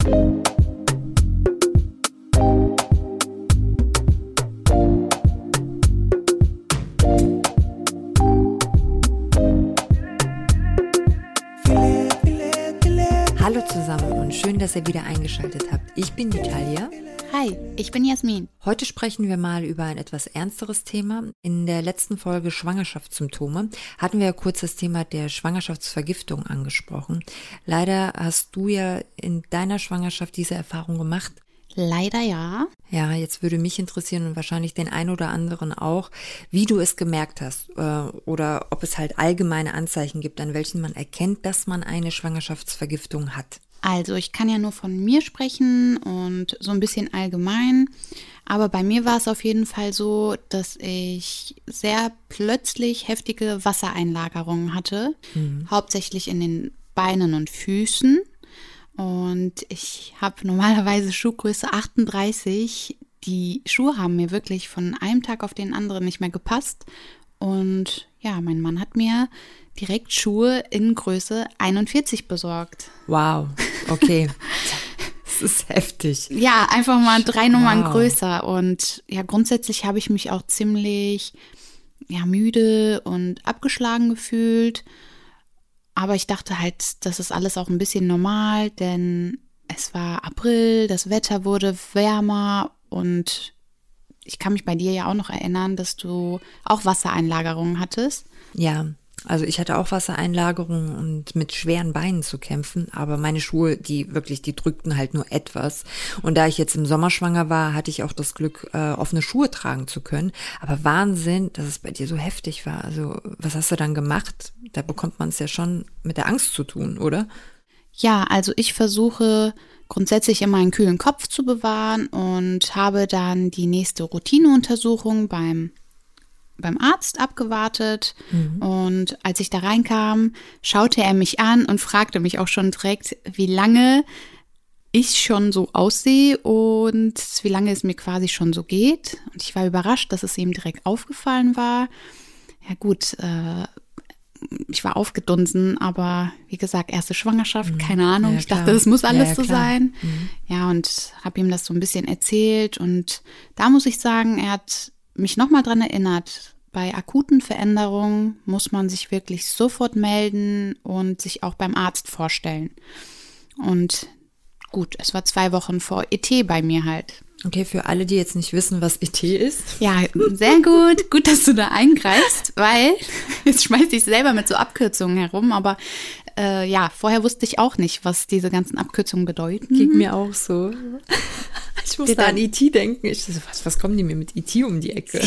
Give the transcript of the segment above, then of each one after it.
Hallo zusammen und schön, dass ihr wieder eingeschaltet habt. Ich bin Natalia. Hi, ich bin Jasmin. Heute sprechen wir mal über ein etwas ernsteres Thema. In der letzten Folge Schwangerschaftssymptome hatten wir ja kurz das Thema der Schwangerschaftsvergiftung angesprochen. Leider hast du ja in deiner Schwangerschaft diese Erfahrung gemacht. Leider ja. Ja, jetzt würde mich interessieren und wahrscheinlich den einen oder anderen auch, wie du es gemerkt hast oder ob es halt allgemeine Anzeichen gibt, an welchen man erkennt, dass man eine Schwangerschaftsvergiftung hat. Also ich kann ja nur von mir sprechen und so ein bisschen allgemein, aber bei mir war es auf jeden Fall so, dass ich sehr plötzlich heftige Wassereinlagerungen hatte, hauptsächlich in den Beinen und Füßen. Und ich habe normalerweise Schuhgröße 38. Die Schuhe haben mir wirklich von einem Tag auf den anderen nicht mehr gepasst. Und ja, mein Mann hat mir direkt Schuhe in Größe 41 besorgt. Wow, okay. Das ist heftig. Ja, einfach mal 3 Nummern größer. Und ja, grundsätzlich habe ich mich auch ziemlich müde und abgeschlagen gefühlt. Aber ich dachte halt, das ist alles auch ein bisschen normal, denn es war April, das Wetter wurde wärmer und ich kann mich bei dir ja auch noch erinnern, dass du auch Wassereinlagerungen hattest. Ja, also ich hatte auch Wassereinlagerungen und mit schweren Beinen zu kämpfen, aber meine Schuhe, die drückten halt nur etwas. Und da ich jetzt im Sommer schwanger war, hatte ich auch das Glück, offene Schuhe tragen zu können. Aber Wahnsinn, dass es bei dir so heftig war. Also was hast du dann gemacht? Da bekommt man es ja schon mit der Angst zu tun, oder? Ja, also ich versuche grundsätzlich immer einen kühlen Kopf zu bewahren und habe dann die nächste Routineuntersuchung beim Arzt abgewartet. Und als ich da reinkam, schaute er mich an und fragte mich auch schon direkt, wie lange ich schon so aussehe und wie lange es mir quasi schon so geht. Und ich war überrascht, dass es ihm direkt aufgefallen war. Ja gut, ich war aufgedunsen, aber wie gesagt, erste Schwangerschaft, keine Ahnung. Ja, ich dachte, das muss alles so sein. Ja, und habe ihm das so ein bisschen erzählt. Und da muss ich sagen, er hat mich nochmal dran erinnert, bei akuten Veränderungen muss man sich wirklich sofort melden und sich auch beim Arzt vorstellen. Und gut, es war 2 Wochen vor ET bei mir halt. Okay, für alle, die jetzt nicht wissen, was ET ist. Ja, sehr gut. Gut, dass du da eingreifst, weil jetzt schmeiß ich selber mit so Abkürzungen herum, aber vorher wusste ich auch nicht, was diese ganzen Abkürzungen bedeuten. Ging mir auch so. Ich musste an ET denken. Ich dachte, was kommen die mir mit ET um die Ecke?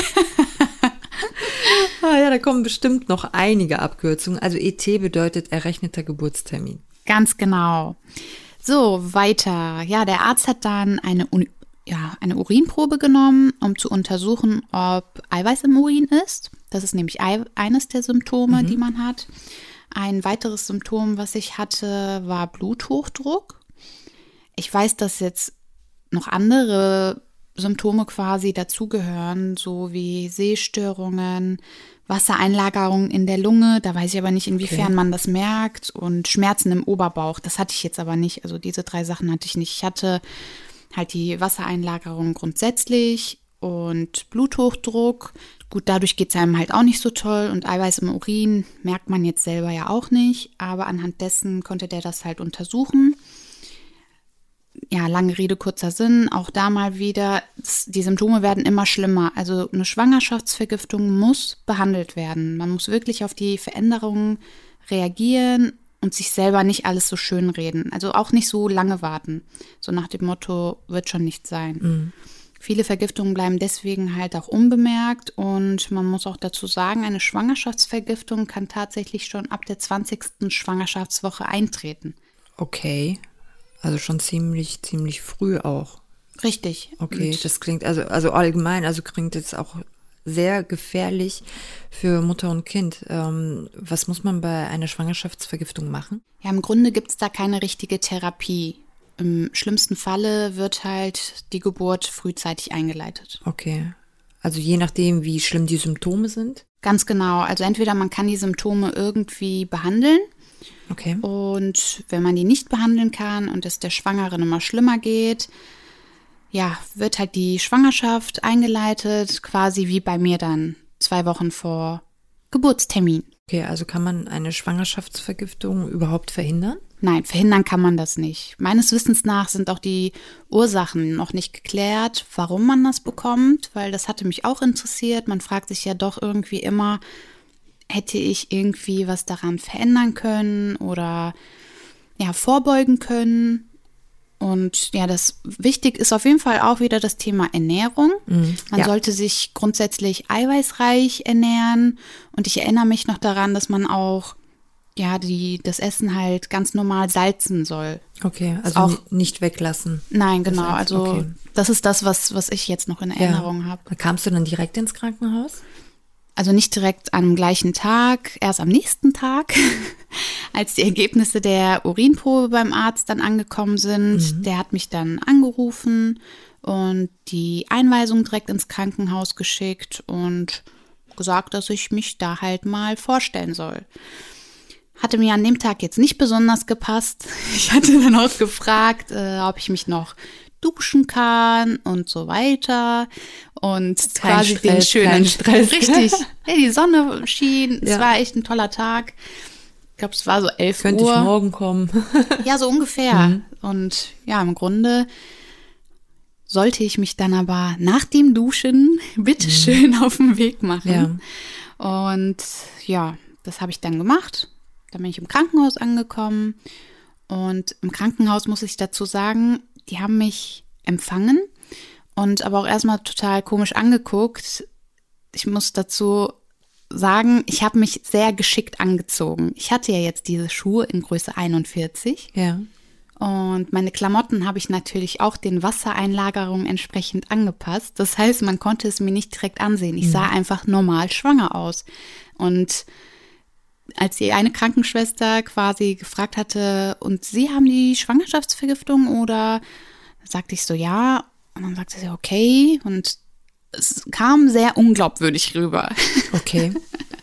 Ja, da kommen bestimmt noch einige Abkürzungen. Also ET bedeutet errechneter Geburtstermin. Ganz genau. So, weiter. Ja, der Arzt hat dann eine Urinprobe genommen, um zu untersuchen, ob Eiweiß im Urin ist. Das ist nämlich eines der Symptome, die man hat. Ein weiteres Symptom, was ich hatte, war Bluthochdruck. Ich weiß, dass jetzt noch andere Symptome quasi dazugehören, so wie Sehstörungen, Wassereinlagerungen in der Lunge. Da weiß ich aber nicht, inwiefern man das merkt. Und Schmerzen im Oberbauch, das hatte ich jetzt aber nicht. Also diese 3 Sachen hatte ich nicht. Ich hatte halt die Wassereinlagerung grundsätzlich und Bluthochdruck. Gut, dadurch geht es einem halt auch nicht so toll. Und Eiweiß im Urin merkt man jetzt selber ja auch nicht. Aber anhand dessen konnte der das halt untersuchen. Ja, lange Rede, kurzer Sinn. Auch da mal wieder, die Symptome werden immer schlimmer. Also eine Schwangerschaftsvergiftung muss behandelt werden. Man muss wirklich auf die Veränderungen reagieren und sich selber nicht alles so schön reden. Also auch nicht so lange warten. So nach dem Motto, wird schon nicht sein. Viele Vergiftungen bleiben deswegen halt auch unbemerkt. Und man muss auch dazu sagen, eine Schwangerschaftsvergiftung kann tatsächlich schon ab der 20. Schwangerschaftswoche eintreten. Okay. Also schon ziemlich früh auch. Richtig. Okay, das klingt also allgemein, also klingt jetzt auch sehr gefährlich für Mutter und Kind. Was muss man bei einer Schwangerschaftsvergiftung machen? Ja, im Grunde gibt es da keine richtige Therapie. Im schlimmsten Falle wird halt die Geburt frühzeitig eingeleitet. Okay. Also je nachdem, wie schlimm die Symptome sind? Ganz genau. Also entweder man kann die Symptome irgendwie behandeln Okay. Und wenn man die nicht behandeln kann und es der Schwangeren immer schlimmer geht, ja, wird halt die Schwangerschaft eingeleitet, quasi wie bei mir dann 2 Wochen vor Geburtstermin. Okay, also kann man eine Schwangerschaftsvergiftung überhaupt verhindern? Nein, verhindern kann man das nicht. Meines Wissens nach sind auch die Ursachen noch nicht geklärt, warum man das bekommt, weil das hatte mich auch interessiert. Man fragt sich ja doch irgendwie immer, hätte ich irgendwie was daran verändern können oder ja, vorbeugen können? Und ja, das wichtig ist auf jeden Fall auch wieder das Thema Ernährung. Man sollte sich grundsätzlich eiweißreich ernähren. Und ich erinnere mich noch daran, dass man auch ja, das Essen halt ganz normal salzen soll. Okay, also auch nicht weglassen. Nein, genau. Das heißt, Also okay. Das ist das, was ich jetzt noch in Erinnerung habe. Kamst du dann direkt ins Krankenhaus? Also nicht direkt am gleichen Tag, erst am nächsten Tag, als die Ergebnisse der Urinprobe beim Arzt dann angekommen sind. Der hat mich dann angerufen und die Einweisung direkt ins Krankenhaus geschickt und gesagt, dass ich mich da halt mal vorstellen soll. Hatte mir an dem Tag jetzt nicht besonders gepasst. Ich hatte dann auch gefragt, ob ich mich noch duschen kann und so weiter und Kein quasi Stress, den schönen kein Stress. Richtig. Ja, die Sonne schien, es Ja. war echt ein toller Tag. Ich glaube, es war so 11 Könnte Uhr. ich morgen kommen? Ja, so ungefähr. Und ja, im Grunde sollte ich mich dann aber nach dem Duschen bitteschön auf den Weg machen. Und ja, das habe ich dann gemacht. Dann bin ich im Krankenhaus angekommen. Und im Krankenhaus muss ich dazu sagen, die haben mich empfangen und aber auch erstmal total komisch angeguckt. Ich muss dazu sagen, ich habe mich sehr geschickt angezogen. Ich hatte ja jetzt diese Schuhe in Größe 41. Ja. Und meine Klamotten habe ich natürlich auch den Wassereinlagerungen entsprechend angepasst. Das heißt, man konnte es mir nicht direkt ansehen. Ich sah einfach normal schwanger aus. Und als die eine Krankenschwester quasi gefragt hatte, und Sie haben die Schwangerschaftsvergiftung oder sagte ich so, ja. Und dann sagte sie, okay. Und es kam sehr unglaubwürdig rüber. Okay.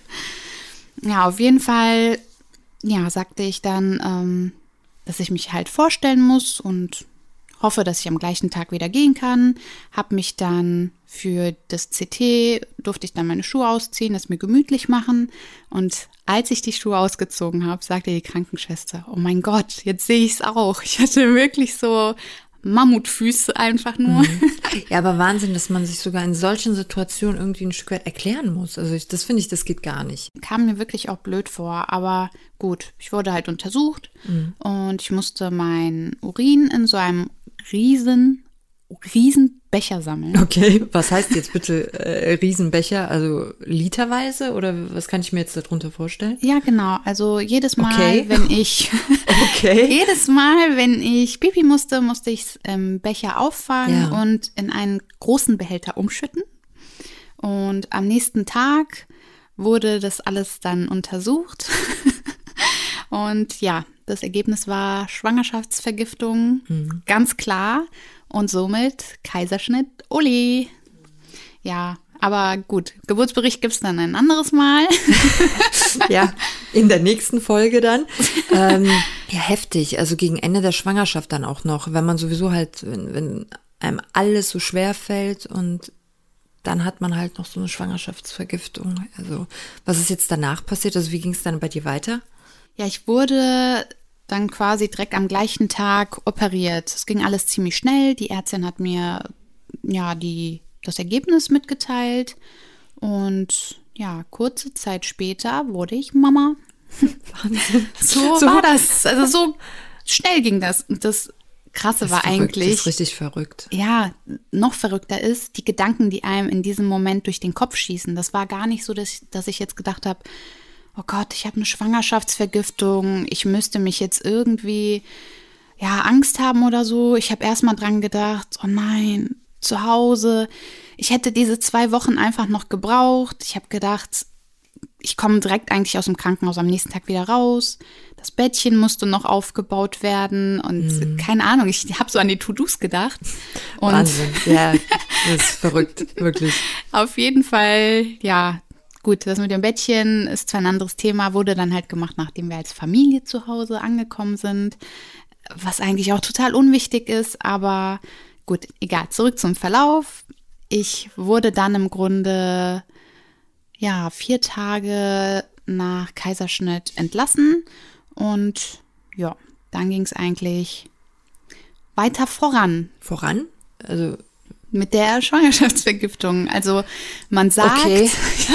Ja, auf jeden Fall, ja, sagte ich dann, dass ich mich halt vorstellen muss und hoffe, dass ich am gleichen Tag wieder gehen kann. Habe mich dann für das CT, durfte ich dann meine Schuhe ausziehen, es mir gemütlich machen. Und als ich die Schuhe ausgezogen habe, sagte die Krankenschwester, oh mein Gott, jetzt sehe ich es auch. Ich hatte wirklich so Mammutfüße einfach nur. Ja, aber Wahnsinn, dass man sich sogar in solchen Situationen irgendwie ein Stück weit erklären muss. Also das finde ich, das geht gar nicht. Kam mir wirklich auch blöd vor, aber gut, ich wurde halt untersucht und ich musste meinen Urin in so einem riesen Becher sammeln. Okay, was heißt jetzt bitte Riesenbecher? Also literweise oder was kann ich mir jetzt darunter vorstellen? Ja, genau. Also jedes Mal, Okay. wenn ich Okay. wenn ich Pipi musste ich es im Becher auffangen Ja. und in einen großen Behälter umschütten. Und am nächsten Tag wurde das alles dann untersucht. Und ja, das Ergebnis war Schwangerschaftsvergiftung, ganz klar. Und somit Kaiserschnitt, ole. Ja, aber gut, Geburtsbericht gibt es dann ein anderes Mal. Ja, in der nächsten Folge dann. Ja, heftig. Also gegen Ende der Schwangerschaft dann auch noch, wenn man sowieso halt, wenn einem alles so schwer fällt und dann hat man halt noch so eine Schwangerschaftsvergiftung. Also was ist jetzt danach passiert? Also wie ging es dann bei dir weiter? Ja, ich wurde dann quasi direkt am gleichen Tag operiert. Es ging alles ziemlich schnell. Die Ärztin hat mir ja das Ergebnis mitgeteilt. Und ja, kurze Zeit später wurde ich Mama. Wahnsinn. So war das. Also so schnell ging das. Und das Krasse war verrückt, eigentlich, das ist richtig verrückt. ja, noch verrückter ist, die Gedanken, die einem in diesem Moment durch den Kopf schießen. Das war gar nicht so, dass ich jetzt gedacht habe, oh Gott, ich habe eine Schwangerschaftsvergiftung, ich müsste mich jetzt irgendwie, ja, Angst haben oder so. Ich habe erstmal dran gedacht, oh nein, zu Hause. Ich hätte diese 2 Wochen einfach noch gebraucht. Ich habe gedacht, ich komme direkt eigentlich aus dem Krankenhaus am nächsten Tag wieder raus. Das Bettchen musste noch aufgebaut werden und keine Ahnung, ich habe so an die To-Dos gedacht. Und Wahnsinn, ja, das ist verrückt, wirklich. auf jeden Fall, ja, gut, das mit dem Bettchen ist zwar ein anderes Thema, wurde dann halt gemacht, nachdem wir als Familie zu Hause angekommen sind, was eigentlich auch total unwichtig ist, aber gut, egal, zurück zum Verlauf. Ich wurde dann im Grunde, 4 Tage nach Kaiserschnitt entlassen und ja, dann ging es eigentlich weiter voran. Voran? Also mit der Schwangerschaftsvergiftung. Also man sagt... Okay.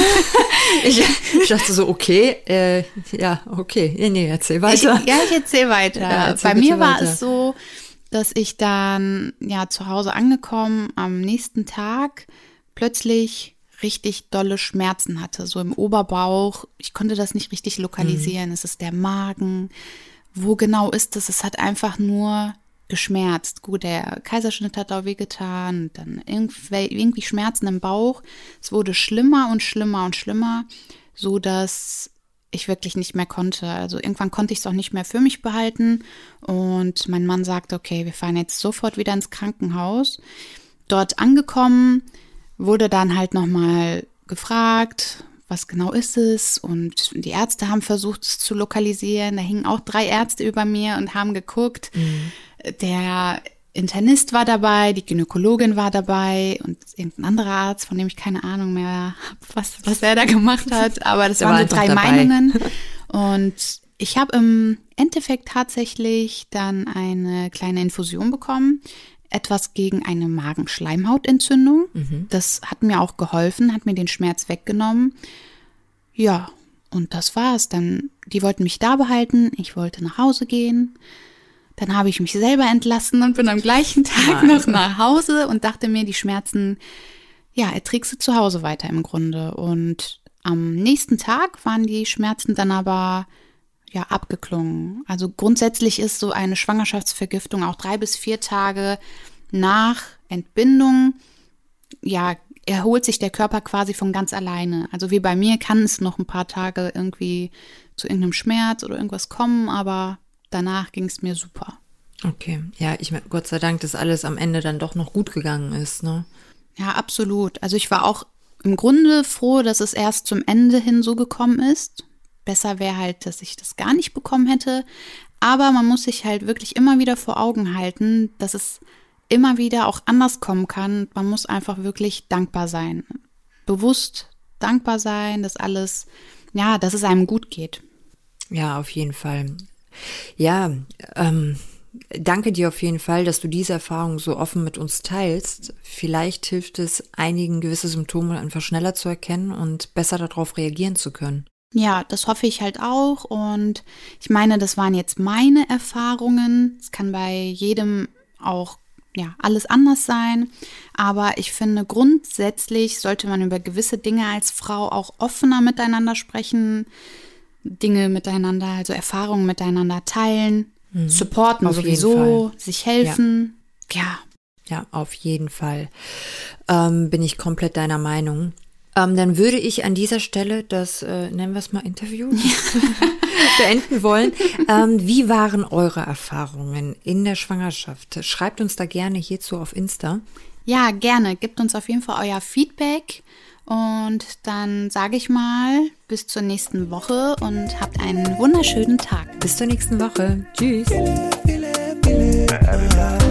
Ich dachte so, okay. Okay. Nee, erzähl weiter. Ich erzähl weiter. Ja, Bei mir war es so, dass ich dann zu Hause angekommen am nächsten Tag plötzlich richtig dolle Schmerzen hatte, so im Oberbauch. Ich konnte das nicht richtig lokalisieren. Es ist der Magen. Wo genau ist es? Es hat einfach nur geschmerzt. Gut, der Kaiserschnitt hat auch wehgetan, dann irgendwie Schmerzen im Bauch. Es wurde schlimmer und schlimmer und schlimmer, so dass ich wirklich nicht mehr konnte. Also irgendwann konnte ich es auch nicht mehr für mich behalten und mein Mann sagte, okay, wir fahren jetzt sofort wieder ins Krankenhaus. Dort angekommen, wurde dann halt nochmal gefragt, was genau ist es? Und die Ärzte haben versucht, es zu lokalisieren. Da hingen auch 3 Ärzte über mir und haben geguckt. Der Internist war dabei, die Gynäkologin war dabei und irgendein anderer Arzt, von dem ich keine Ahnung mehr habe, was er da gemacht hat. Aber das waren so 3 Meinungen. Und ich habe im Endeffekt tatsächlich dann eine kleine Infusion bekommen. Etwas gegen eine Magenschleimhautentzündung. Das hat mir auch geholfen, hat mir den Schmerz weggenommen. Ja, und das war's. Dann, die wollten mich da behalten, ich wollte nach Hause gehen. Dann habe ich mich selber entlassen und bin am gleichen Tag noch nach Hause und dachte mir, die Schmerzen, erträgst du zu Hause weiter im Grunde. Und am nächsten Tag waren die Schmerzen dann aber abgeklungen. Also grundsätzlich ist so eine Schwangerschaftsvergiftung auch 3 bis 4 Tage nach Entbindung, erholt sich der Körper quasi von ganz alleine. Also wie bei mir kann es noch ein paar Tage irgendwie zu irgendeinem Schmerz oder irgendwas kommen, aber danach ging es mir super. Okay, ja, Gott sei Dank, dass alles am Ende dann doch noch gut gegangen ist, ne? Ja, absolut. Also ich war auch im Grunde froh, dass es erst zum Ende hin so gekommen ist. Besser wäre halt, dass ich das gar nicht bekommen hätte. Aber man muss sich halt wirklich immer wieder vor Augen halten, dass es immer wieder auch anders kommen kann. Man muss einfach wirklich dankbar sein. Bewusst dankbar sein, dass alles, dass es einem gut geht. Ja, auf jeden Fall. Ja, danke dir auf jeden Fall, dass du diese Erfahrung so offen mit uns teilst. Vielleicht hilft es einigen, gewisse Symptome einfach schneller zu erkennen und besser darauf reagieren zu können. Ja, das hoffe ich halt auch und ich meine, das waren jetzt meine Erfahrungen. Es kann bei jedem auch alles anders sein, aber ich finde, grundsätzlich sollte man über gewisse Dinge als Frau auch offener miteinander sprechen, Dinge miteinander, also Erfahrungen miteinander teilen, supporten auf sowieso, sich helfen, Ja, auf jeden Fall bin ich komplett deiner Meinung. Dann würde ich an dieser Stelle das, nennen wir es mal Interview, beenden wollen. Wie waren eure Erfahrungen in der Schwangerschaft? Schreibt uns da gerne hierzu auf Insta. Ja, gerne. Gebt uns auf jeden Fall euer Feedback. Und dann sage ich mal, bis zur nächsten Woche und habt einen wunderschönen Tag. Bis zur nächsten Woche. Tschüss.